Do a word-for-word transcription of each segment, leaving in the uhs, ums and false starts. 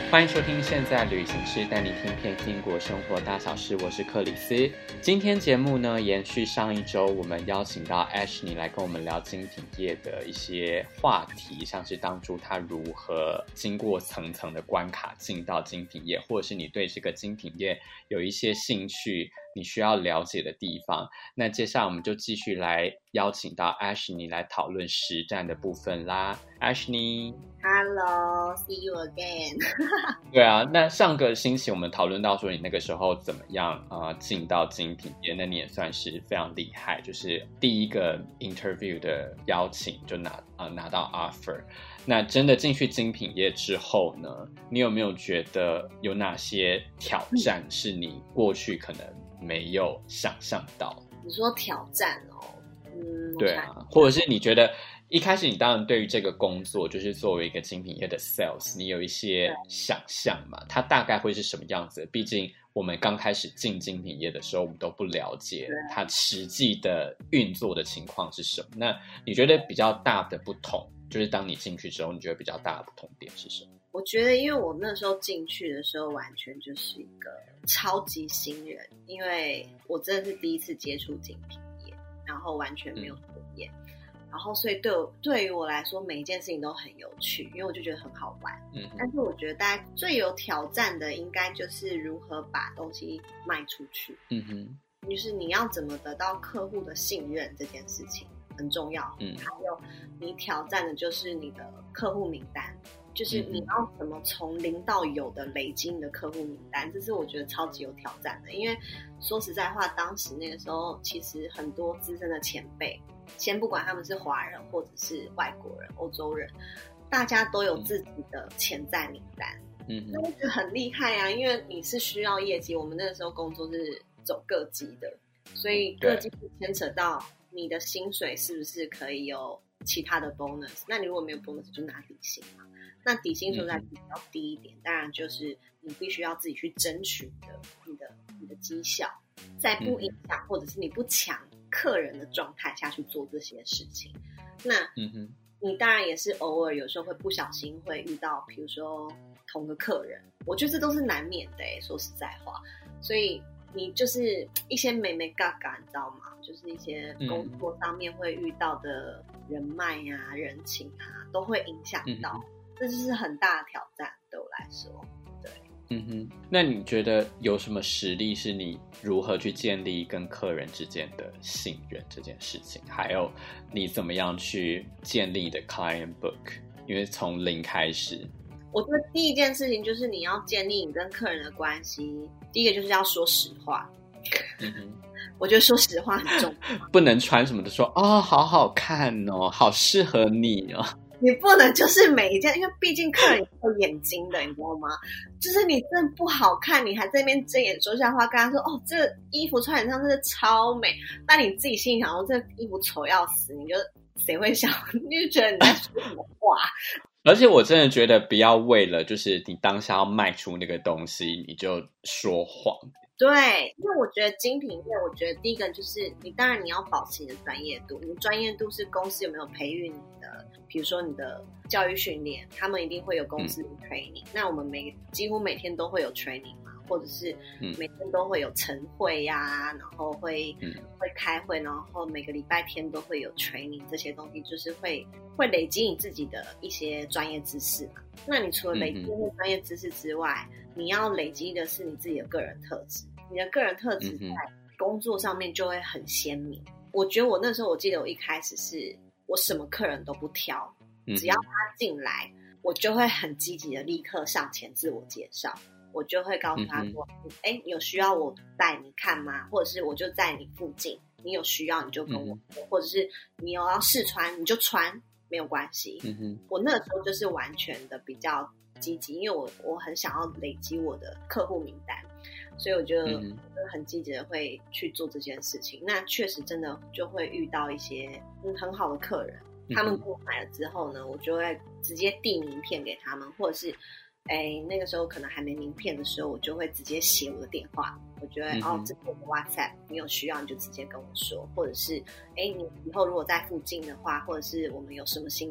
欢迎收听现在旅行师带你听遍英国生活大小事，我是克里斯。今天节目呢，延续上一周我们邀请到 Ashley 来跟我们聊精品业的一些话题，像是当初他如何经过层层的关卡进到精品业，或者是你对这个精品业有一些兴趣你需要了解的地方。那接下来我们就继续来邀请到 Ashley 来讨论实战的部分啦。 Ashley Hello, see you again 对啊，那上个星期我们讨论到说你那个时候怎么样呃进到精品业，那你也算是非常厉害，就是第一个 interview 的邀请就拿呃拿到 offer。那真的进去精品业之后呢，你有没有觉得有哪些挑战是你过去可能没有想象到？ 你说挑战哦，嗯， 对啊，或者是你觉得一开始你当然对于这个工作就是作为一个精品业的 sales 你有一些想象嘛，它大概会是什么样子的？毕竟我们刚开始进精品业的时候我们都不了解它实际的运作的情况是什么。那你觉得比较大的不同，就是当你进去之后你觉得比较大的不同点是什么？ 我觉得因为我那时候进去的时候完全就是一个超级新人，因为我真的是第一次接触精品业，然后完全没有经验、嗯、然后所以对我对于我来说每一件事情都很有趣，因为我就觉得很好玩、嗯、但是我觉得大家最有挑战的应该就是如何把东西卖出去。嗯哼，就是你要怎么得到客户的信任这件事情很重要。嗯，还有你挑战的就是你的客户名单，就是你要怎么从零到有的累积你的客户名单，这是我觉得超级有挑战的。因为说实在话，当时那个时候其实很多资深的前辈，先不管他们是华人或者是外国人、欧洲人，大家都有自己的潜在名单。嗯，那我觉得很厉害啊，因为你是需要业绩，我们那个时候工作是走各级的，所以各级牵扯到你的薪水是不是可以有其他的 bonus， 那你如果没有 bonus 就拿底薪嘛。那底薪说在比较低一点、嗯、当然就是你必须要自己去争取的你的你的绩效，在不影响、嗯、或者是你不抢客人的状态下去做这些事情。那嗯哼，你当然也是偶尔有时候会不小心会遇到比如说同个客人，我觉得这都是难免的耶，说实在话。所以你就是一些眉眉角角你知道吗，就是一些工作上面会遇到的人脉啊、人情啊都会影响到、嗯，这就是很大的挑战对我来说。对， 嗯哼，那你觉得有什么实力是你如何去建立跟客人之间的信任这件事情，还有你怎么样去建立你的 client book？ 因为从零开始， 我觉得第一件事情就是你要建立你跟客人的关系，第一个就是要说实话。嗯哼，我觉得说实话很重要， 不能穿什么的说哦好好看哦，好适合你哦。 你不能就是每一件，因为毕竟客人有眼睛的，你知道吗？就是你真的不好看，你还在那边睁眼说瞎话，跟他说哦，这个衣服穿脸上真的超美，但你自己心里想说这个衣服丑要死，你就谁会想？你就觉得你在说什么话？ 而且我真的觉得不要为了就是你当下要卖出那个东西你就说谎。 对，因为我觉得精品业，我觉得第一个就是你当然你要保持你的专业度，你的专业度是公司有没有培育你的，比如说你的教育训练，他们一定会有公司的 training、嗯、那我们每几乎每天都会有 training 嘛，或者是每天都会有晨会呀、啊，然后会、嗯、会开会，然后每个礼拜天都会有 training， 这些东西就是会会累积你自己的一些专业知识嘛。那你除了累积这些专业知识之外、嗯、你要累积的是你自己的个人特质，你的个人特质在工作上面就会很鲜明、嗯、我觉得我那时候我记得我一开始是我什么客人都不挑、嗯、只要他进来我就会很积极的立刻上前自我介绍，我就会告诉他说哎、嗯，你有需要我带你看吗？或者是我就在你附近，你有需要你就跟我说、嗯、或者是你有要试穿你就穿没有关系、嗯哼，我那个时候就是完全的比较积极，因为我我很想要累积我的客户名单，所以我就很积极的会去做这件事情。那确实真的就会遇到一些、嗯、很好的客人，他们给我买了之后呢，我就会直接递名片给他们，或者是哎，那个时候可能还没名片的时候，我就会直接写我的电话，我觉得、嗯、哦，这是我的 WhatsApp， 你有需要你就直接跟我说，或者是哎，你以后如果在附近的话，或者是我们有什么新品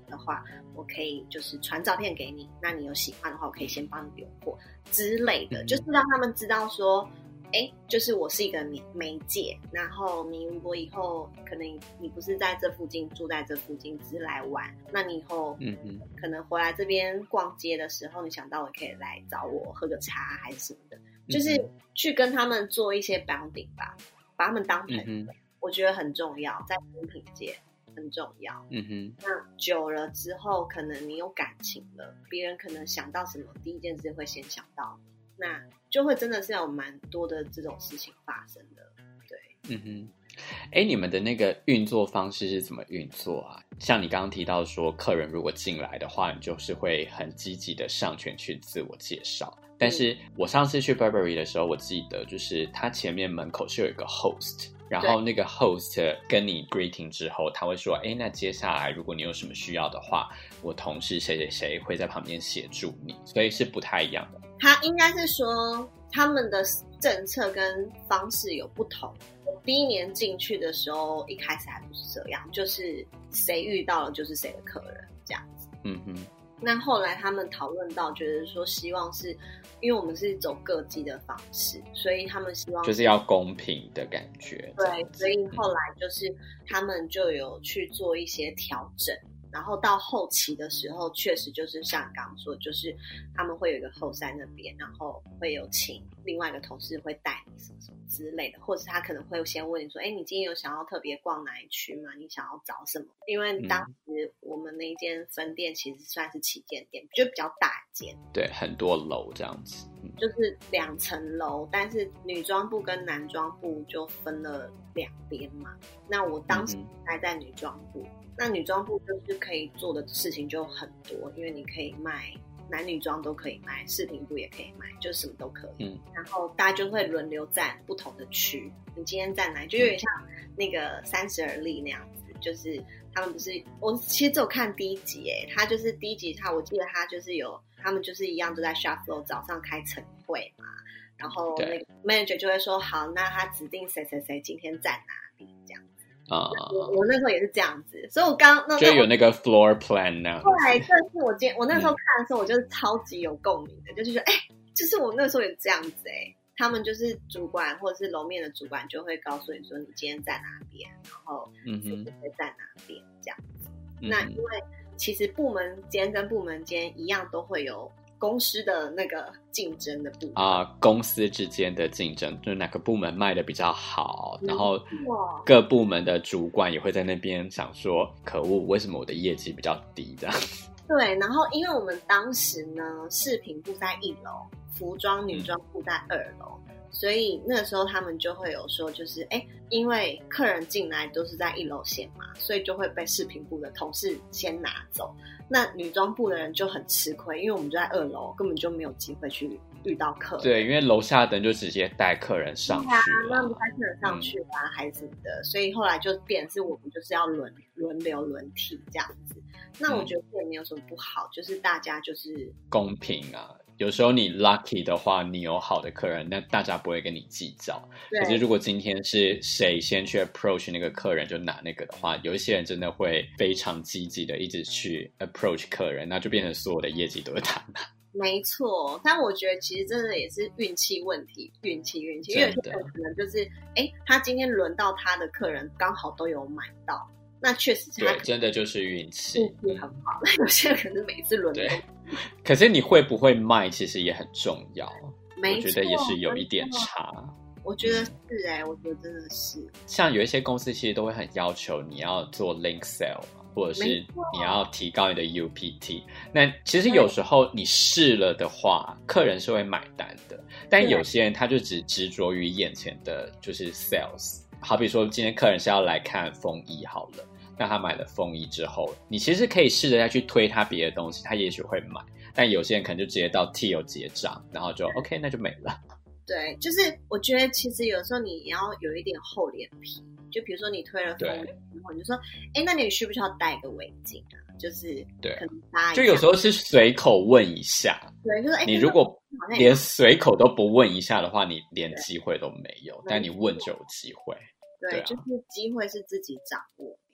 的话，我可以就是传照片给你，那你有喜欢的话，我可以先帮你留货之类的，就是让他们知道说，哎，就是我是一个媒介，然后你如果以后可能你不是在这附近住在这附近，只是来玩，那你以后嗯嗯可能回来这边逛街的时候，你想到我可以来找我喝个茶还是什么的，就是去跟他们做一些 bounding 吧，把他们当朋友，嗯、我觉得很重要，在精品界很重要。嗯哼，那久了之后，可能你有感情了，别人可能想到什么，第一件事会先想到你。那就会真的是有蛮多的这种事情发生的，对， 嗯哼，哎，你们的那个运作方式是怎么运作啊？像你刚刚提到说，客人如果进来的话，你就是会很积极的上前去自我介绍。但是我上次去 Burberry 的时候，我记得就是他前面门口是有一个 host。然后那个 host 跟你 greeting 之后，他会说，哎，那接下来如果你有什么需要的话，我同事谁谁谁会在旁边协助你，所以是不太一样的。 他应该是说他们的政策跟方式有不同。我第一年进去的时候，一开始还不是这样，就是谁遇到了就是谁的客人这样子。嗯哼。那后来他们讨论到，觉得说希望是，因为我们是走各级的方式，所以他们希望就是要公平的感觉。 对，所以后来就是他们就有去做一些调整。然后到后期的时候，确实就是像你刚刚说，就是他们会有一个后在那边，然后会有请另外一个同事会带你什么什么之类的，或者他可能会先问你说，哎，你今天有想要特别逛哪一区吗？你想要找什么？因为当时我们那一间分店其实算是旗舰店，就比较大间， 对，很多楼这样子， 嗯、就是两层楼，但是女装部跟男装部就分了两边嘛。那我当时待在女装部。嗯，那女装部就是可以做的事情就很多，因为你可以卖男女装都可以卖，饰品部也可以卖，就什么都可以。嗯，然后大家就会轮流站不同的区。你今天站哪，就有点像那个三十而立那样子，就是他们不是，我其实只有看第一集诶，他就是第一集他我记得他就是有他们就是一样都在 shop floor 早上开晨会嘛，然后那个 manager 就会说好，那他指定谁谁谁今天站哪里这样。啊、uh, 我, 我那时候也是这样子，所以我刚那就有那个 floor plan 那样。 对，但是我今天我那时候看的时候，我就是超级有共鸣的，嗯、就是说，哎、欸，就是我那时候也这样子哎、欸，他们就是主管或者是楼面的主管就会告诉你说，你今天在哪边，然后嗯哼会在哪边这样子。嗯、那因为其实部门间跟部门间一样，都会有公司的那个竞争的部分啊、呃，公司之间的竞争，就是哪个部门卖的比较好，然后各部门的主管也会在那边想说，可恶，为什么我的业绩比较低这样？ 对，然后因为我们当时呢，饰品部在一楼，服装女装部在二楼。嗯，所以那个时候他们就会有说，就是哎，因为客人进来都是在一楼先嘛，所以就会被饰品部的同事先拿走。那女装部的人就很吃亏，因为我们就在二楼，根本就没有机会去遇到客人。 对，因为楼下的人就直接带客人上去了， 那我们带客人上去啊，嗯、还是什么的，所以后来就变成是我们就是要轮轮流轮替这样子。那我觉得这也没有什么不好，嗯、就是大家就是公平啊。有时候你 lucky 的话，你有好的客人，那大家不会跟你计较。可是如果今天是谁先去 approach 那个客人就拿那个的话，有一些人真的会非常积极的一直去 approach 客人，那就变成所有的业绩都是他拿。 没错，但我觉得其实真的也是运气问题，运气运气，因为有些人可能就是，哎，他今天轮到他的客人刚好都有买到。那确实是他对，真的就是运气， 运气很好。那、嗯、有些人可能每次轮对，可是你会不会卖，其实也很重要。我觉得也是有一点差。 我觉得是哎、欸，我觉得真的是。 像有一些公司其实都会很要求你要做 link sale， 或者是你要提高你的 U P T。那其实有时候你试了的话，客人是会买单的，但有些人他就只执着于眼前的就是 sales。好比说今天客人是要来看风衣好了，那他买了风衣之后，你其实可以试着再去推他别的东西，他也许会买。但有些人可能就直接到 T O 结账，然后就 OK， 那就没了。 对，就是我觉得其实有时候你也要有一点厚脸皮，就比如说你推了风衣之后，你就说，哎，那你需不需要戴个围巾啊？就是对， 可能搭一下， 就有时候是随口问一下。 对，就是你如果连随口都不问一下的话，你连机会都没有。但你问就有机会。 对，对啊、就是机会是自己掌握，没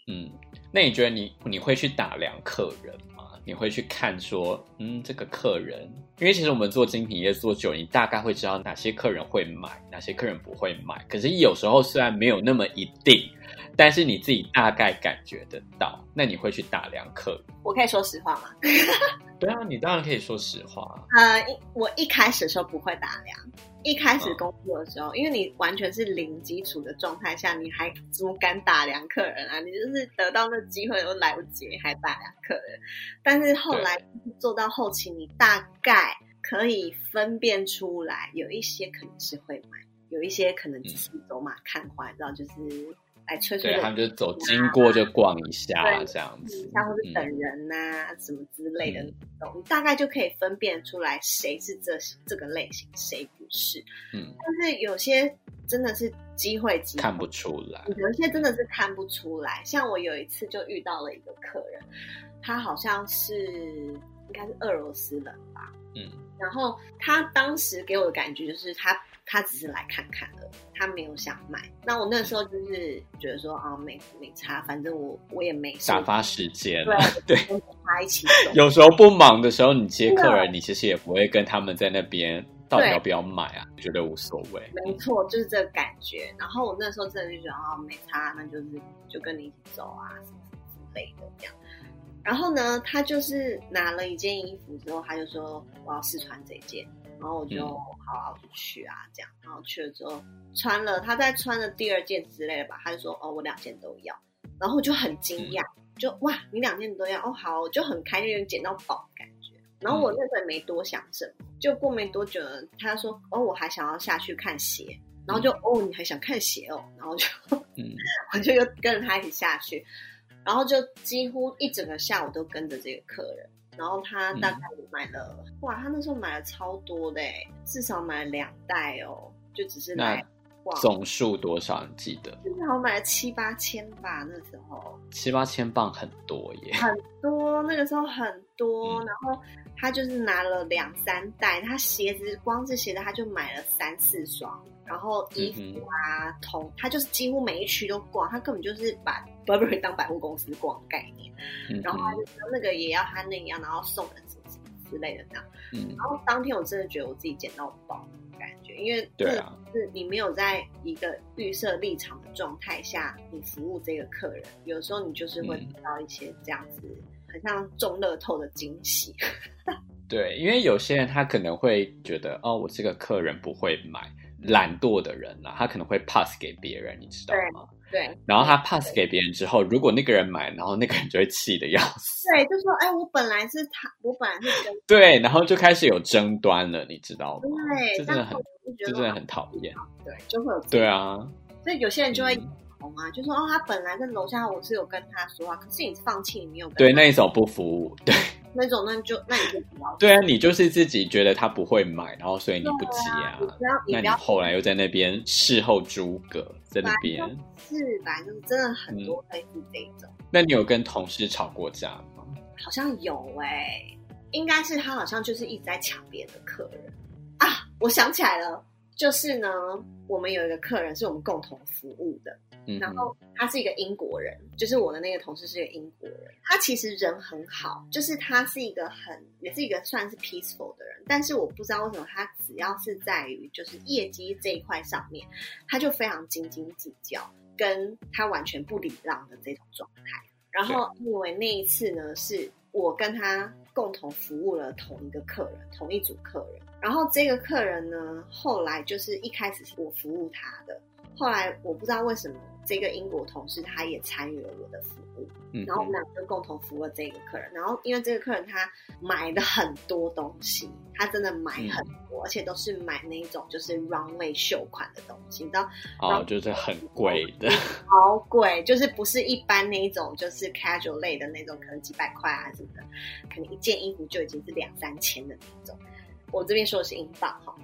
嗯，那你觉得你你会去打量客人吗？你会去看说，嗯，这个客人，因为其实我们做精品业做久，你大概会知道哪些客人会买，哪些客人不会买。可是有时候虽然没有那么一定，但是你自己大概感觉得到。那你会去打量客人？ 我可以说实话吗？ 对啊，你当然可以说实话。 呃，我一开始的时候不会打量，一开始工作的时候，嗯、因为你完全是零基础的状态下，你还怎么敢打量客人啊？你就是得到那机会都来不及，还打量客人。但是后来做到后期，你大概可以分辨出来，有一些可能是会买，有一些可能只是走马看花，你知道，就是来吹吹、啊。 对，他们就走经过就逛一下这样子， 像或是等人啊、嗯、什么之类的那种，你大概就可以分辨出来谁是这这个类型，谁不是。嗯，但是有些真的是机会机会看不出来， 有一些真的是看不出来。像我有一次就遇到了一个客人，他好像是应该是俄罗斯人吧，嗯，然后他当时给我的感觉就是他。他只是来看看而已，他没有想买。那我那时候就是觉得说啊，没没差，反正我我也没打发时间。 对对，跟他一起走。 有时候不忙的时候，你接客人，你其实也不会跟他们在那边到底要不要买啊，觉得无所谓。 没错，就是这个感觉。然后我那时候真的就觉得啊，没差，那就是就跟你一起走啊，什么什么之类的这样。然后呢，他就是拿了一件衣服之后，他就说我要试穿这件。然后我就、嗯、好啊，我就去啊，这样。然后去了之后穿了，他再穿了第二件之类的吧，他就说哦，我两件都要。然后我就很惊讶，嗯、就哇，你两件都要哦，好，我就很开心，有点捡到宝的感觉。然后我那时候也没多想什么，就过没多久呢，他说哦，我还想要下去看鞋，然后就、嗯、哦，你还想看鞋哦，然后就嗯，我就又跟着他一起下去，然后就几乎一整个下午都跟着这个客人。然后他大概买了、嗯、哇，他那时候买了超多的耶，至少买了两袋哦，就只是来逛。 总数多少你记得？ 至少买了七八千吧，那时候七八千磅很多耶， 很多，那个时候很多、嗯、然后他就是拿了两三袋，他鞋子光是鞋子他就买了三四双，然后衣服啊同、嗯、他就是几乎每一区都逛，他根本就是把 Burberry 当百货公司逛的概念、嗯、然后他就说那个也要，他那个要，然后送人什么什么之类的这样、嗯、然后当天我真的觉得我自己捡到宝的感觉，因为对啊， 是你没有在一个预设立场的状态下你服务这个客人，有时候你就是会得到一些这样子、嗯、很像中乐透的惊喜对，因为有些人他可能会觉得哦，我这个客人不会买，懒惰的人啦，他可能会 pass 给别人，你知道吗？ 对，对， 然后他 pass 给别人之后，如果那个人买，然后那个人就会气得要死。 对，就说哎，我本来是他，我本来是真对，然后就开始有争端了，你知道吗？ 对， 这真的很，这真的很讨厌。 对，就会有对啊， 所以有些人就会红啊，嗯、就说哦，他本来在楼下，我是有跟他说话，可是你放弃，你没有跟他。 对，那一种不服务，对。 那种那就那你就不要。 对啊，你就是自己觉得他不会买，然后所以你不接啊。 你不要，你那你后来又在那边事后诸葛，在那边是吧？就是真的很多类似这一种、嗯。 那你有跟同事吵过架吗？ 好像有哎、欸，应该是他好像就是一直在抢别的客人啊。我想起来了，就是呢，我们有一个客人是我们共同服务的。嗯、然后他是一个英国人，就是我的那个同事是一个英国人，他其实人很好，就是他是一个很也是一个算是 peaceful 的人，但是我不知道为什么他只要是在于就是业绩这一块上面，他就非常斤斤计较，跟他完全不礼让的这种状态。然后因为那一次呢，是我跟他共同服务了同一个客人，同一组客人，然后这个客人呢，后来就是一开始是我服务他的，后来我不知道为什么这个英国同事他也参与了我的服务，嗯、然后我们两个就共同服务了这个客人。然后因为这个客人他买了很多东西，他真的买很多，嗯、而且都是买那种就是 runway 秀款的东西，你知道？ 哦，就是很贵的， 好贵，就是不是一般那一种就是 casual 类的那种，可能几百块啊什么的，可能一件衣服就已经是两三千的那种。我这边说的是英镑哈，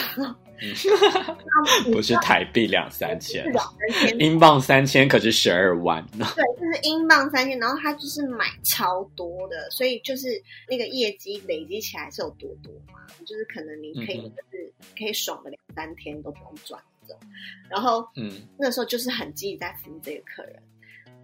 不是台币两三千，英镑三千可是十二万呢。 对，就是英镑三千，然后他就是买超多的，所以就是那个业绩累积起来是有多多嘛？就是可能你可以就是可以爽个两三天都不用赚这种。然后嗯，那时候就是很积极在服务这个客人。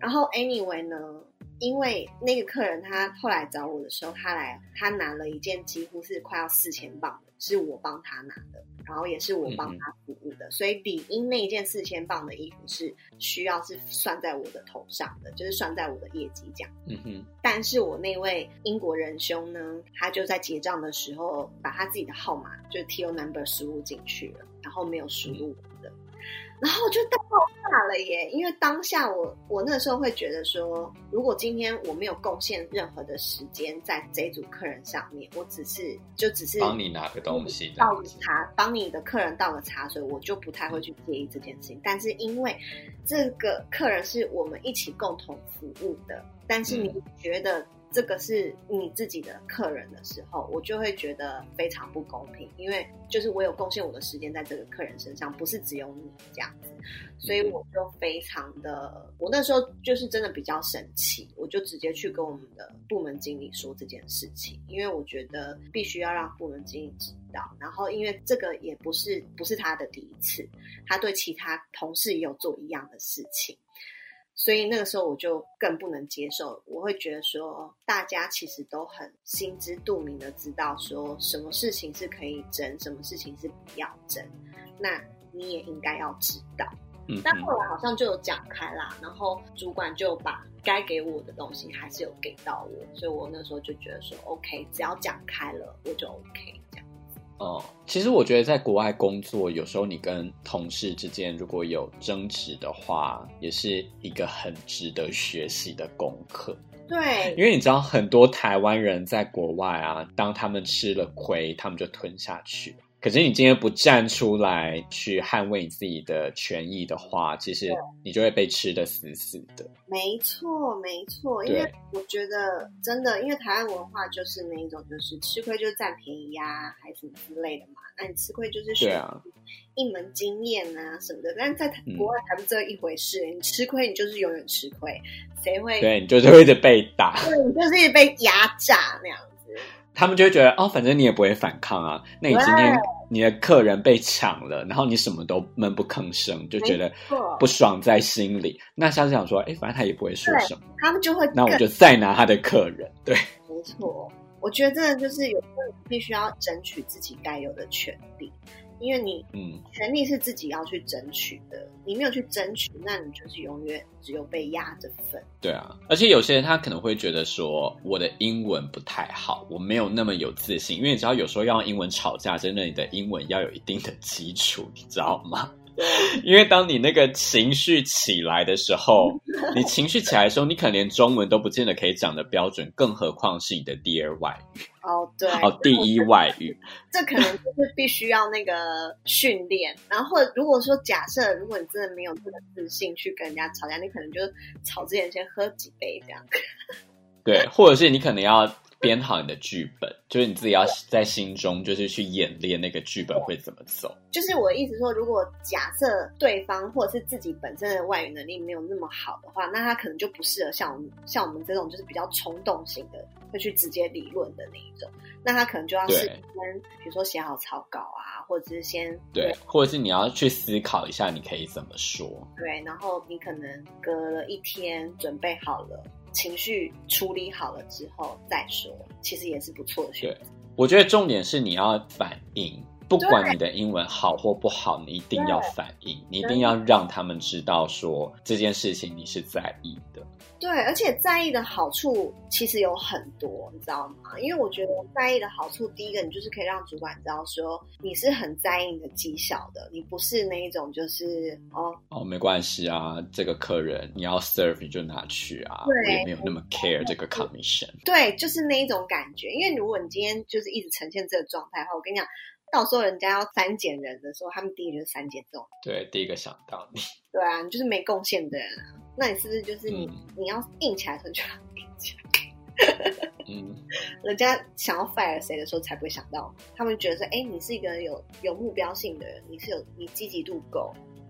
然后 anyway 呢，因为那个客人他后来找我的时候，他来他拿了一件几乎是快要四千磅的，是我帮他拿的，然后也是我帮他服务的，嗯、所以理应那一件四千磅的衣服是需要是算在我的头上的，就是算在我的业绩这样。嗯哼。但是我那位英国仁兄呢，他就在结账的时候把他自己的号码就是 T O number 输入进去了，然后没有输入我的。嗯，然后就爆炸了耶！因为当下我我那时候会觉得说，如果今天我没有贡献任何的时间在这一组客人上面，我只是就只是帮你拿个东西， 倒个茶，帮你的客人倒个茶水，我就不太会去介意这件事情。但是因为这个客人是我们一起共同服务的，但是你觉得这个是你自己的客人的时候，我就会觉得非常不公平，因为就是我有贡献我的时间在这个客人身上，不是只有你这样子，所以我就非常的，我那时候就是真的比较生气，我就直接去跟我们的部门经理说这件事情，因为我觉得必须要让部门经理知道，然后因为这个也不是不是他的第一次，他对其他同事也有做一样的事情。所以那个时候我就更不能接受，我会觉得说大家其实都很心知肚明的知道说什么事情是可以争，什么事情是不要争，那你也应该要知道。嗯，但后来好像就有讲开啦，然后主管就把该给我的东西还是有给到我，所以我那时候就觉得说 OK， 只要讲开了我就 OK 这样。 哦，其实我觉得在国外工作，有时候你跟同事之间如果有争执的话，也是一个很值得学习的功课。 对， 因为你知道很多台湾人在国外啊，当他们吃了亏，他们就吞下去。可是你今天不站出来去捍卫你自己的权益的话，其实你就会被吃得死死的。 没错没错，因为我觉得真的，因为台湾文化就是那一种，就是吃亏就是占便宜啊，还什么之类的嘛。那你吃亏就是学一门经验啊什么的，但是在国外才不是这一回事、嗯、你吃亏你就是永远吃亏，谁会？ 对，你就是会一直被打， 对，你就是一直被压榨那样子。 他们就会觉得哦，反正你也不会反抗啊。那你今天你的客人被抢了，然后你什么都闷不吭声，就觉得不爽在心里。那下次想说，哎，反正他也不会说什么， 他们就会， 那我就再拿他的客人。对， 没错。我觉得真的就是有时候必须要争取自己该有的权利。因为你，嗯，权利是自己要去争取的，你没有去争取，那你就是永远只有被压着分。 对啊，而且有些人他可能会觉得说，我的英文不太好，我没有那么有自信，因为你知道有时候要用英文吵架，真的你的英文要有一定的基础，你知道吗？因为当你那个情绪起来的时候，你情绪起来的时候，你可能连中文都不见得可以讲得标准，更何况是你的第二外语。 哦，对， 哦，第一外语， 这可能就是必须要那个训练。然后，如果说假设，如果你真的没有这个自信去跟人家吵架，你可能就吵之前先喝几杯这样。 对，或者是你可能要编好你的剧本，就是你自己要在心中就是去演练那个剧本会怎么走。 就是我的意思说，如果假设对方或者是自己本身的外语能力没有那么好的话，那他可能就不适合像我们像我们这种就是比较冲动型的，会去直接理论的那一种。那他可能就要是先比如说写好草稿啊，或者是先对，或者是你要去思考一下你可以怎么说。 对，然后你可能隔了一天准备好了，情绪处理好了之后再说，其实也是不错的选择。对， 我觉得重点是你要反应，不管你的英文好或不好，你一定要反应，你一定要让他们知道说这件事情你是在意的。 对，而且在意的好处其实有很多，你知道吗？因为我觉得在意的好处，第一个你就是可以让主管知道说你是很在意你的绩效的，你不是那一种就是哦哦没关系啊，这个客人你要 serve 你就拿去啊，我也没有那么 care 这个 commission。 对，就是那一种感觉。因为如果你今天就是一直呈现这个状态的话，我跟你讲，到时候人家要删减人的时候，他们第一个就是删减这种。 对，第一个想到你。 对啊，你就是没贡献的人啊，那你是不是就是你、嗯、你要硬起来的时候就要硬起来？嗯，人家想要 fire 谁的时候才不会想到，他们觉得说，哎，你是一个有有目标性的人，你是有你积极度够，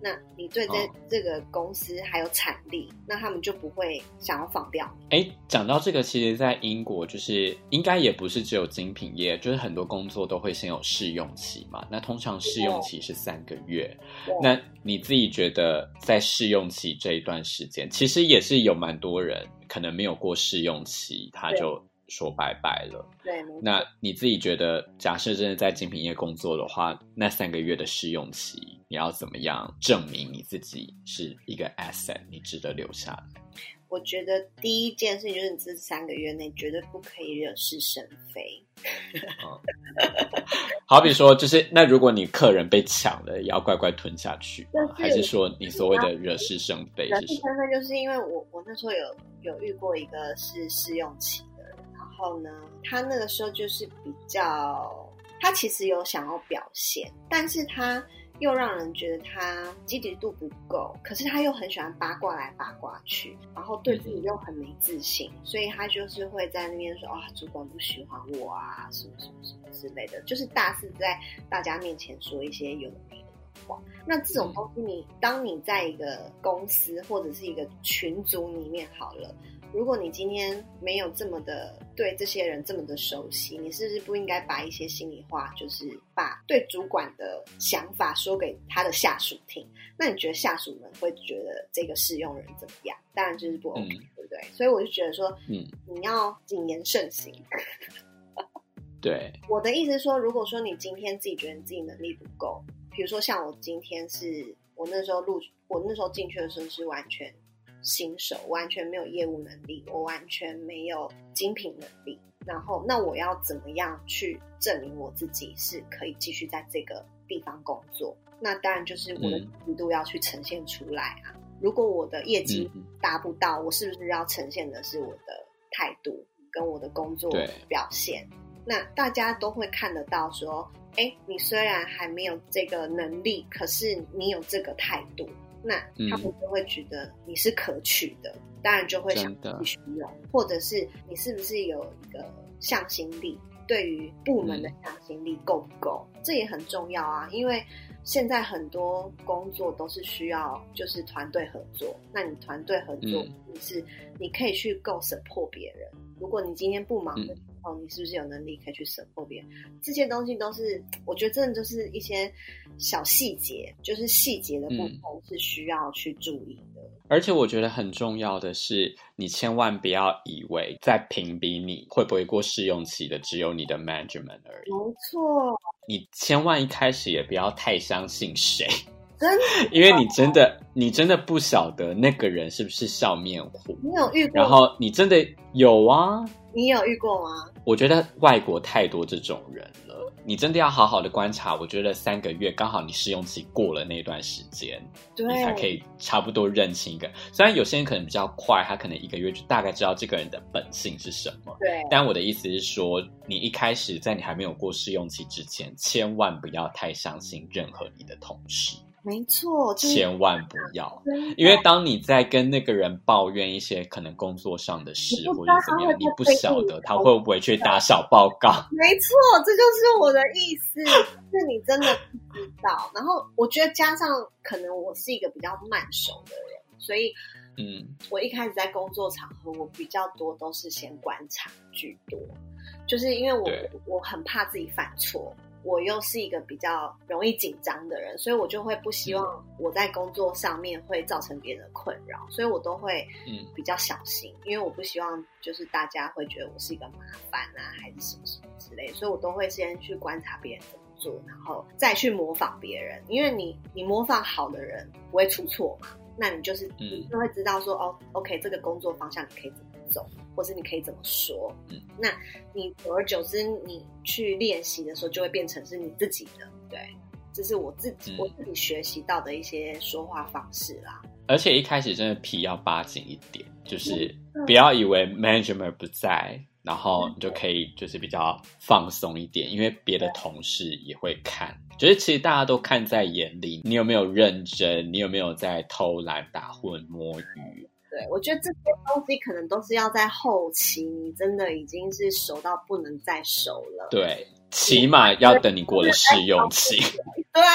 那你对这、哦、这个公司还有产力，那他们就不会想要放掉你。 哎，讲到这个，其实在英国就是应该也不是只有精品业，就是很多工作都会先有试用期嘛，那通常试用期是三个月。那你自己觉得在试用期这一段时间，其实也是有蛮多人可能没有过试用期他就说拜拜了。 对， 那你自己觉得假设真的在精品业工作的话，那三个月的试用期你要怎么样证明你自己是一个 asset， 你值得留下来？ 我觉得第一件事情就是你这三个月内绝对不可以惹是生非。 嗯、好比说就是那如果你客人被抢了也要乖乖吞下去吗？还是说你所谓的惹是生非是什么？惹是生非就是因为我我那时候有有遇过一个是试用期的人，然后呢他那个时候就是比较他其实有想要表现，但是他又让人觉得他积极度不够，可是他又很喜欢八卦来八卦去，然后对自己又很没自信，所以他就是会在那边说啊、哦，主管不喜欢我啊，什么什么什么之类的，就是大肆在大家面前说一些有的没的话。那这种东西你当你在一个公司或者是一个群组里面好了，如果你今天没有这么的对这些人这么的熟悉，你是不是不应该把一些心里话，就是把对主管的想法说给他的下属听？那你觉得下属们会觉得这个试用人怎么样？当然就是不 OK、嗯、对不对？所以我就觉得说，嗯，你要谨言慎行。 对， 我的意思是说，如果说你今天自己觉得你自己能力不够，比如说像我今天是我那时候录，我那时候进去的时候是完全新手，完全没有业务能力，我完全没有精品能力，然后那我要怎么样去证明我自己是可以继续在这个地方工作？那当然就是我的积极度要去呈现出来啊、嗯、如果我的业绩达不到、嗯、我是不是要呈现的是我的态度跟我的工作表现？那大家都会看得到说，哎，你虽然还没有这个能力，可是你有这个态度，那他们就会觉得你是可取的、嗯、当然就会想继续用，或者是你是不是有一个向心力，对于部门的向心力够不够、嗯、这也很重要啊，因为现在很多工作都是需要就是团队合作，那你团队合作、嗯、你是你可以去够 support 别人，如果你今天不忙的时候、嗯、你是不是有能力可以去 support 别人？这些东西都是我觉得真的就是一些小细节，就是细节的部分是需要去注意的、嗯、 而且我觉得很重要的是你千万不要以为在评比你会不会过试用期的只有你的 management 而已。 没错， 你千万一开始也不要太相信谁， 真的， 因为你真的你真的不晓得那个人是不是笑面虎。 你有遇过？ 然后你真的有啊？ 你有遇过吗？ 我觉得外国太多这种人了，你真的要好好的观察。我觉得三个月刚好你试用期过了那段时间，你才可以差不多认清一个。虽然有些人可能比较快，他可能一个月就大概知道这个人的本性是什么。 对， 但我的意思是说，你一开始在你还没有过试用期之前，千万不要太相信任何你的同事。 没错， 千万不要，因为当你在跟那个人抱怨一些可能工作上的事或者怎么样，你不晓得他会不会去打小报告。 没错，这就是我的意思，是你真的不知道。然后我觉得加上可能我是一个比较慢熟的人，所以嗯，我一开始在工作场合，我比较多都是先观察居多，就是因为我我很怕自己犯错。我又是一个比较容易紧张的人，所以我就会不希望我在工作上面会造成别人的困扰，所以我都会比较小心，因为我不希望就是大家会觉得我是一个麻烦啊还是什么什么之类的，所以我都会先去观察别人怎么做，然后再去模仿别人，因为你你模仿好的人不会出错嘛，那你就是你就会知道说、嗯、哦 OK 这个工作方向你可以怎么走，或是你可以怎么说、嗯、那你久而久之你去练习的时候就会变成是你自己的。对，这是我自己、嗯、我自己学习到的一些说话方式啦。 而且一开始真的皮要扒紧一点，就是不要以为 management 不在，然后你就可以就是比较放松一点，因为别的同事也会看，就是其实大家都看在眼里，你有没有认真，你有没有在偷懒打混摸鱼。 对，我觉得这些东西可能都是要在后期你真的已经是熟到不能再熟了， 对，起码要等你过了试用期。 对，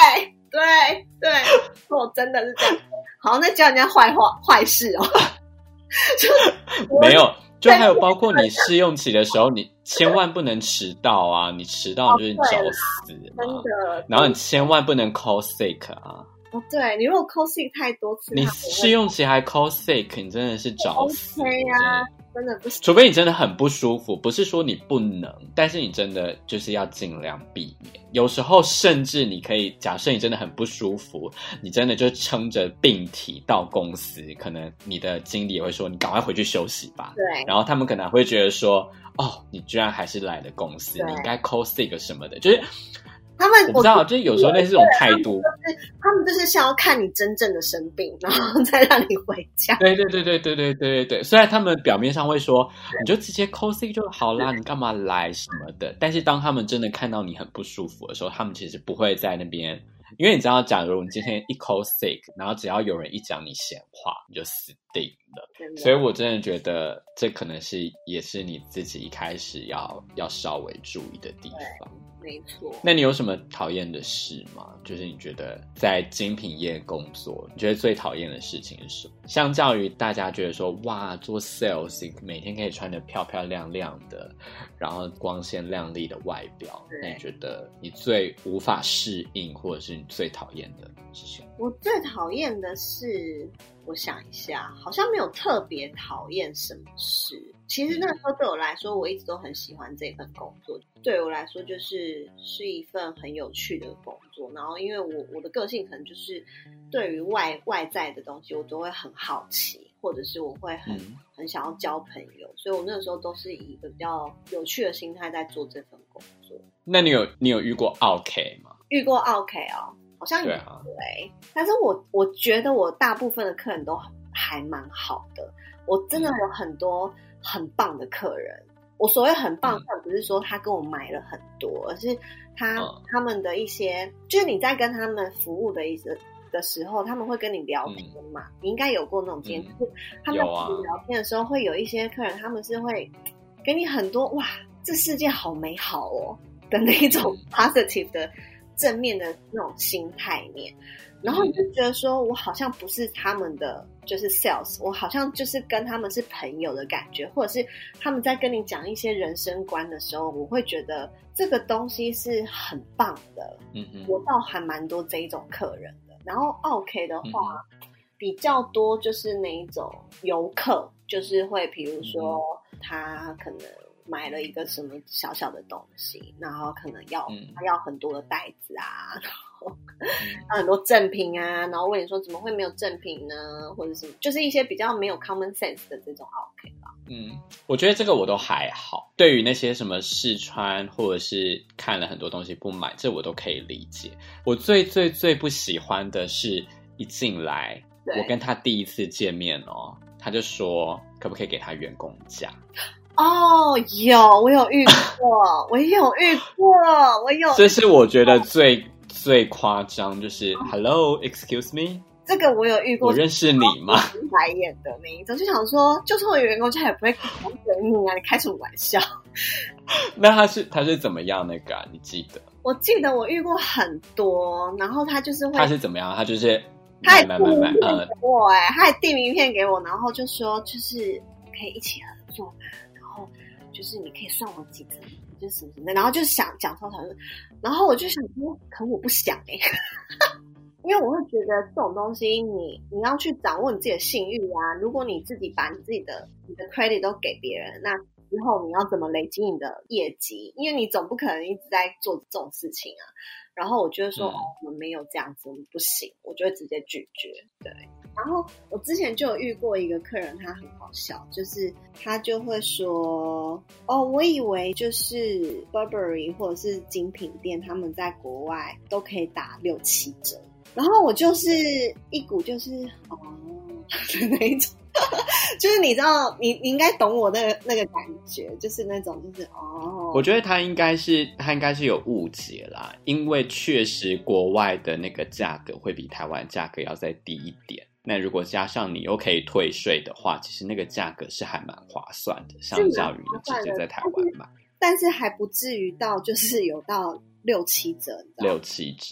对对，我真的是这样，好像在教人家坏话坏事哦。就没有，就还有包括你试用期的时候，你千万不能迟到啊！你迟到你就是找死嘛、 哦、真的。 然后你千万不能 call sick 啊！ 哦，对，你如果 call sick 太多次， 你试用期还 call sick， 你真的是找死 OK 啊！真的不行， 除非你真的很不舒服，不是说你不能，但是你真的就是要尽量避免。有时候甚至你可以，假设你真的很不舒服，你真的就撑着病体到公司，可能你的经理也会说你赶快回去休息吧。 对，然后他们可能会觉得说，哦，你居然还是来了公司，你应该 call sick 什么的，就是。 他们我不知道，就是有时候那是这种态度， 他们就是想要看你真正的生病，然后再让你回家。 对对对对对对对对对。虽然他们表面上会说，你就直接 call sick 就好啦，你干嘛来什么的，但是当他们真的看到你很不舒服的时候，他们其实不会在那边，因为你知道，假如你今天一 call sick， 然后只要有人一讲你闲话，你就死定了。所以我真的觉得这可能是也是你自己一开始要要稍微注意的地方。 没错。 那你有什么讨厌的事吗？就是你觉得在精品业工作，你觉得最讨厌的事情是什么？相较于大家觉得说，哇，做 sales 每天可以穿得漂漂亮亮的，然后光鲜亮丽的外表，那你觉得你最无法适应，或者是你最讨厌的事情？ 我最讨厌的是，我想一下，好像没有特别讨厌什么事。其实那个时候对我来说，我一直都很喜欢这份工作。对我来说，就是是一份很有趣的工作。然后，因为我我的个性可能就是对于外外在的东西，我都会很好奇，或者是我会很、嗯、很想要交朋友。所以我那个时候都是以一个比较有趣的心态在做这份工作。 那你有你有遇过 OK 吗？ 遇过 OK 哦，好像有对、啊，但是我我觉得我大部分的客人都还蛮好的。我真的有很多很棒的客人，我所谓很棒的客人不是说他跟我买了很多，而是他、嗯、他们的一些，就是你在跟他们服务的一些的时候，他们会跟你聊天嘛、嗯、你应该有过那种经验、嗯、就是他们跟你聊天的时候、啊、会有一些客人他们是会给你很多哇这世界好美好哦的那一种 positive 的正面的那种心态面，然后你就觉得说我好像不是他们的就是 sales， 我好像就是跟他们是朋友的感觉，或者是他们在跟你讲一些人生观的时候，我会觉得这个东西是很棒的。嗯嗯，我倒还蛮多这一种客人的。然后 OK 的话、嗯、比较多就是那一种游客，就是会比如说他可能买了一个什么小小的东西，然后可能要、嗯、他要很多的袋子啊，然后、嗯、很多赠品啊，然后问你说怎么会没有赠品呢，或者什么，就是一些比较没有 common sense 的这种 OK 吧。 嗯，我觉得这个我都还好，对于那些什么试穿或者是看了很多东西不买，这我都可以理解。我最最最不喜欢的是一进来我跟他第一次见面哦，他就说可不可以给他员工价。 哦，有，我有遇过，我有遇过，我有。 这是我觉得最最夸张，就是 Hello, excuse me， 这个我有遇过。 我认识你吗？ 白眼的那一种，就想说，就算我有员工，他也不会给你啊，你开什么玩笑？ 那他是他是怎么样那个、啊？你记得？ 我记得我遇过很多，然后他就是会， 他是怎么样？他就是他还递名片给我、欸，哎、呃，他还递名片给我，然后就说就是可以一起合作嘛。就是你可以算我几折，就是什么什么的，然后就是想讲超长，然后我就想说，可我不想哎、欸，因为我会觉得这种东西你，你你要去掌握你自己的信誉啊。如果你自己把你自己的你的 credit 都给别人，那之后你要怎么累积你的业绩？因为你总不可能一直在做这种事情啊。然后我就会说、嗯、哦，我们没有这样子，我们不行，我就会直接拒绝。对。然后我之前就有遇过一个客人，他很好笑，就是他就会说哦，我以为就是 Burberry 或者是精品店他们在国外都可以打六七折，然后我就是一股就是哦的那一种就是你知道你你应该懂我那个那个感觉，就是那种就是哦， 我觉得他应该是他应该是有误解啦，因为确实国外的那个价格会比台湾价格要再低一点，那如果加上你又可以退税的话，其实那个价格是还蛮划算的，相较于你直接在台湾买， 但是还不至于到就是有到六七折， 六七折。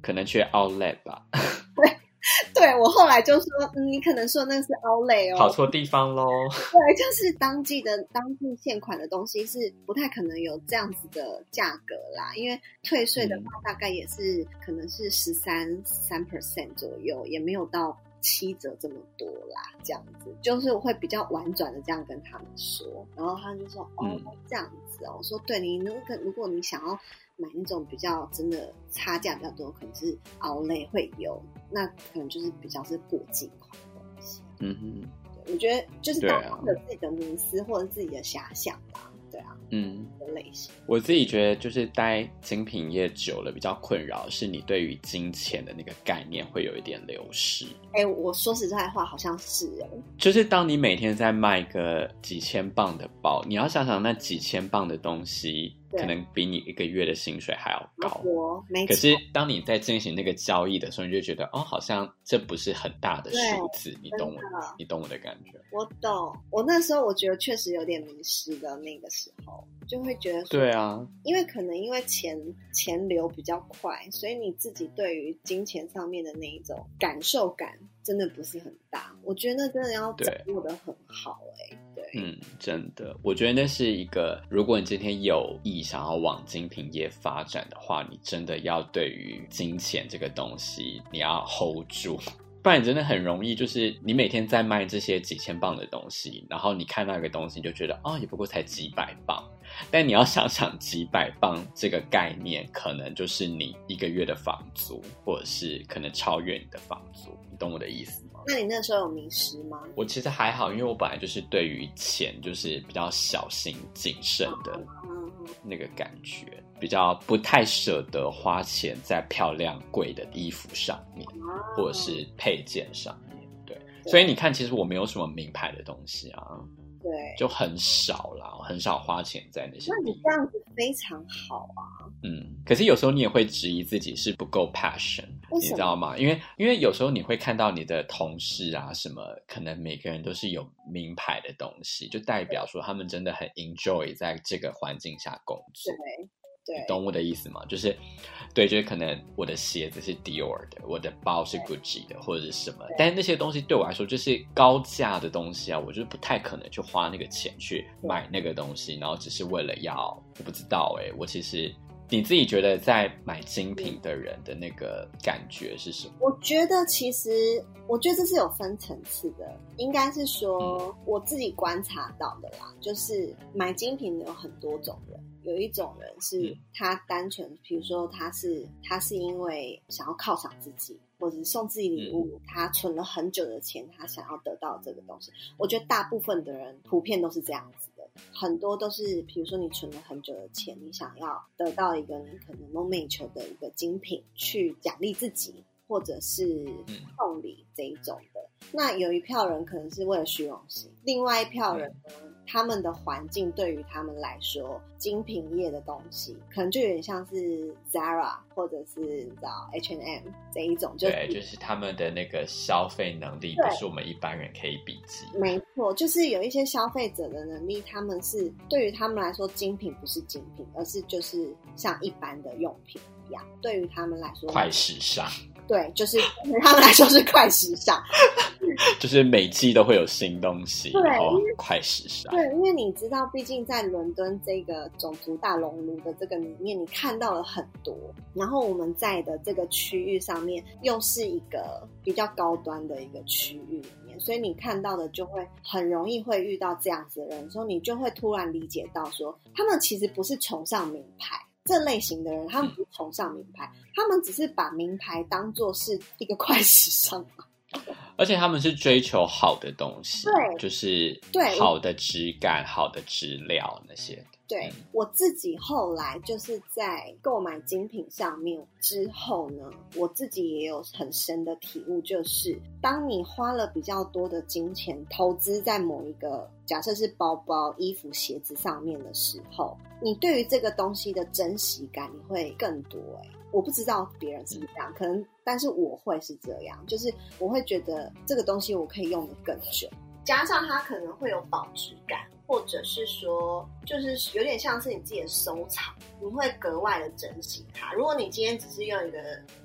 可能去 outlet 吧。 对，我后来就说、嗯、你可能说那是 outlet 哦， 跑错地方咯。 对，就是当季的当季现款的东西是不太可能有这样子的价格啦，因为退税的话大概也是、嗯、可能是十三三 percent 左右，也没有到七折这么多啦，这样子就是我会比较婉转的这样跟他们说，然后他就说哦、嗯、这样子哦，我说对，你那个如果你想要买那种比较真的差价比较多，可能是outlet会有，那可能就是比较是过季款的东西。嗯哼，我觉得就是大家有自己的迷思或者自己的遐想吧。对啊，嗯，的类型。 我自己觉得就是待精品业久了，比较困扰是你对于金钱的那个概念会有一点流失。 哎、欸，我说实在话，好像是哎、欸， 就是当你每天在卖个几千磅的包，你要想想那几千磅的东西，可能比你一个月的薪水还要高。 没错。 可是当你在进行那个交易的时候，你就觉得哦，好像这不是很大的数字，你懂我，你懂我的感觉。 我懂，我那时候我觉得确实有点迷失的那个时候，就会觉得说， 对啊， 因为可能因为钱钱流比较快，所以你自己对于金钱上面的那一种感受感真的不是很大。我觉得那真的要掌握得很好哎、欸，对， 嗯，真的，我觉得那是一个，如果你今天有意想要往精品业发展的话，你真的要对于金钱这个东西，你要 hold 住。不然你真的很容易，就是你每天在卖这些几千磅的东西，然后你看到一个东西，你就觉得哦，也不过才几百磅。但你要想想，几百磅这个概念，可能就是你一个月的房租，或者是可能超越你的房租。你懂我的意思吗？ 那你那时候有迷失吗？ 我其实还好，因为我本来就是对于钱就是比较小心谨慎的那个感觉，比较不太舍得花钱在漂亮贵的衣服上面，或者是配件上面。对，所以你看，其实我没有什么名牌的东西啊。 对， 就很少啦，很少花钱在那些地方。 那你这样子非常好啊。 嗯，可是有时候你也会质疑自己是不够 passion， 你知道吗？因为因为有时候你会看到你的同事啊，什么可能每个人都是有名牌的东西，就代表说他们真的很 enjoy 在这个环境下工作。 对。对， 你懂我的意思吗？就是对，就是可能我的鞋子是 Dior 的，我的包是 Gucci 的，或者是什么，但是那些东西对我来说就是高价的东西啊，我就不太可能去花那个钱去买那个东西，然后只是为了要，我不知道哎、欸，我其实你自己觉得在买精品的人的那个感觉是什么？ 我觉得其实我觉得这是有分层次的，应该是说、嗯、我自己观察到的啦，就是买精品的有很多种人。有一种人是他单纯，比如说他是他是因为想要犒赏自己，或者是送自己礼物，他存了很久的钱，他想要得到这个东西。我觉得大部分的人普遍都是这样子的，很多都是比如说你存了很久的钱，你想要得到一个你可能梦寐以求的一个精品去奖励自己，或者是送礼这一种的。那有一票人可能是为了虚荣心，另外一票人呢，他们的环境对于他们来说，精品业的东西可能就有点像是 Zara 或者是你知道 H and M 这一种，就是对，就是他们的那个消费能力不是我们一般人可以比拟。 没错，就是有一些消费者的能力，他们是对于他们来说，精品不是精品，而是就是像一般的用品一样，对于他们来说快时尚。 对，就是对他们来说是快时尚， 就是每季都会有新东西，然后快时尚。 对，因为你知道，毕竟在伦敦这个种族大熔炉的这个里面，你看到了很多。然后我们在的这个区域上面，又是一个比较高端的一个区域里面，所以你看到的就会很容易会遇到这样子的人，所以你就会突然理解到说，他们其实不是崇尚名牌。这类型的人，他们不是崇尚名牌，嗯、他们只是把名牌当作是一个快时尚嘛。 而且他们是追求好的东西， 对， 就是对好的质感、好的质料那些。 对、嗯、我自己后来就是在购买精品上面之后呢，我自己也有很深的体悟，就是当你花了比较多的金钱投资在某一个假设是包包、衣服、鞋子上面的时候，你对于这个东西的珍惜感你会更多欸。我不知道别人是不是这样，可能，但是我会是这样，就是我会觉得这个东西我可以用得更久，加上它可能会有保值感，或者是说就是有点像是你自己的收藏，你会格外的珍惜它。如果你今天只是用一个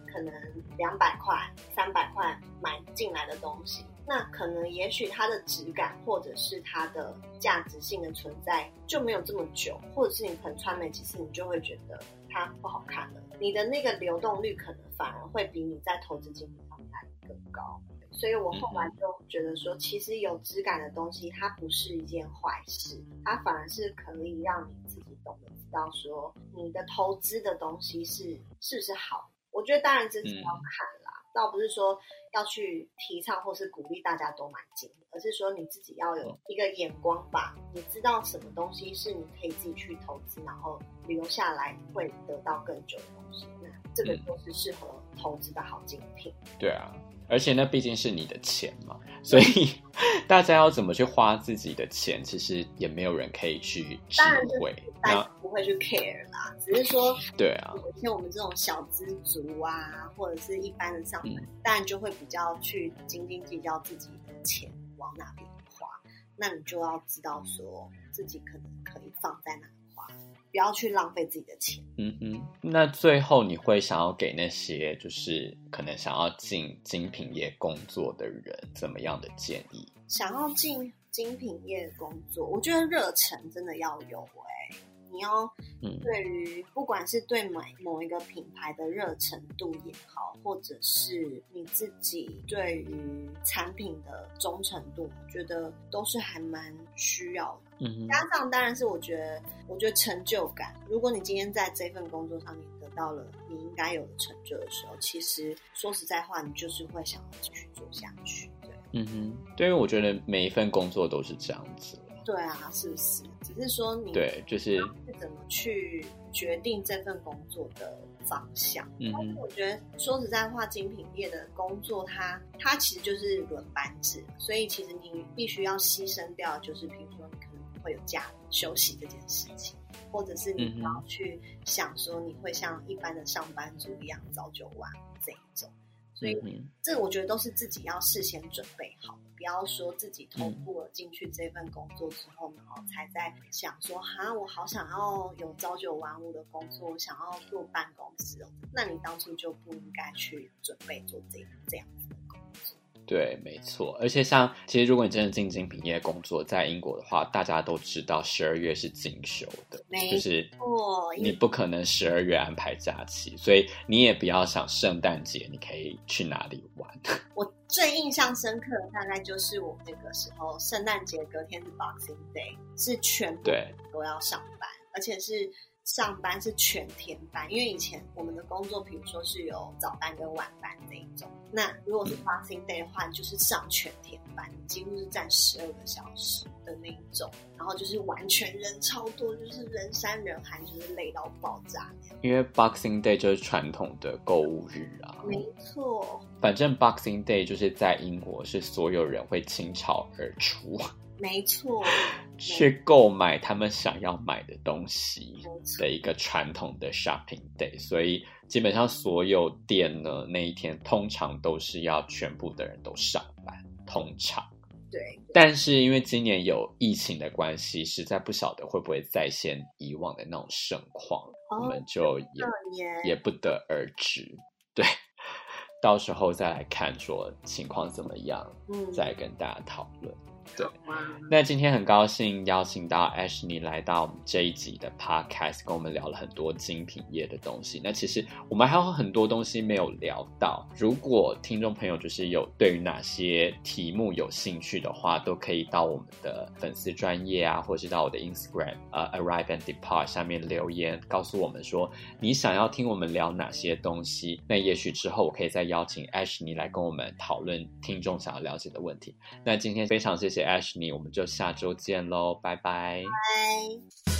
可能两百块、三百块买进来的东西，那可能也许它的质感或者是它的价值性的存在就没有这么久，或者是你可能穿没几次，你就会觉得它不好看了。你的那个流动率可能反而会比你在投资精品上来更高。所以我后来就觉得说，其实有质感的东西它不是一件坏事，它反而是可以让你自己懂得知道说你的投资的东西是是不是好。我觉得当然这是要看啦、嗯、倒不是说要去提倡或是鼓励大家都买精品，而是说你自己要有一个眼光吧，你知道什么东西是你可以自己去投资，然后留下来会得到更久的东西，那这个就是适合投资的好精品、嗯、 对啊，而且那毕竟是你的钱嘛，所以大家要怎么去花自己的钱，其实也没有人可以去智慧， 大家不会去 care 啦，只是说， 对啊， 像我们这种小资族啊，或者是一般的上班，嗯、当然就会比较去斤斤计较自己的钱往哪边花，那你就要知道说自己可能可以放在哪花，不要去浪费自己的钱。 嗯哼，那最后你会想要给那些就是可能想要进精品业工作的人怎么样的建议？ 想要进精品业工作，我觉得热忱真的要有哎、欸，你要对于不管是对买某一个品牌的热忱度也好，或者是你自己对于产品的忠诚度，我觉得都是还蛮需要的。嗯，加上当然是我觉得我觉得成就感，如果你今天在这份工作上面得到了你应该有的成就的时候，其实说实在话你就是会想要继续做下去。对， 嗯哼，对，因为我觉得每一份工作都是这样子。 对啊，是不是？只是说你对，就是怎么去决定这份工作的方向。嗯，但是我觉得说实在话，精品业的工作它它其实就是轮班制，所以其实你必须要牺牲掉，就是比如说你可能会有假休息这件事情，或者是你要去想说你会像一般的上班族一样早九晚五这一种。所以这个我觉得都是自己要事先准备好的，不要说自己投入了进去这份工作之后，然后才在想说哈，我好想要有朝九晚五的工作，我想要做办公室哦，那你当初就不应该去准备做这这样子的工作。 对，没错。而且像其实如果你真的进精品业工作，在英国的话，大家都知道十二月是精休的，就是你不可能十二月安排假期，所以你也不要想圣诞节你可以去哪里玩。 我最印象深刻的大概就是我那个时候圣诞节隔天是 Boxing Day， 是全部都要上班，而且是上班是全天班，因为以前我们的工作比如说是有早班跟晚班那一种，那如果是 Boxing Day 的话，你就是上全天班，几乎是占十二个小时的那一种，然后就是完全人超多，就是人山人海，就是累到爆炸。 因为 Boxing Day 就是传统的购物日啊， 没错， 反正 Boxing Day 就是在英国是所有人会倾巢而出， 没错， 去购买他们想要买的东西的一个传统的 shopping day， 所以基本上所有店呢那一天通常都是要全部的人都上班，通常对， 但是因为今年有疫情的关系，实在不晓得会不会再现以往的那种盛况、哦、我们就也也不得而知。对，到时候再来看说情况怎么样、嗯、再跟大家讨论。对，那今天很高兴邀请到 Ashley 来到我们这一集的 podcast， 跟我们聊了很多精品业的东西。那其实我们还有很多东西没有聊到，如果听众朋友就是有对于哪些题目有兴趣的话，都可以到我们的粉丝专页啊，或是到我的 Instagram 呃 Arrive and Depart 下面留言，告诉我们说你想要听我们聊哪些东西。那也许之后我可以再邀请 Ashley 来跟我们讨论听众想要了解的问题。那今天非常谢谢Ashley，我们就下周见咯，拜拜。 拜。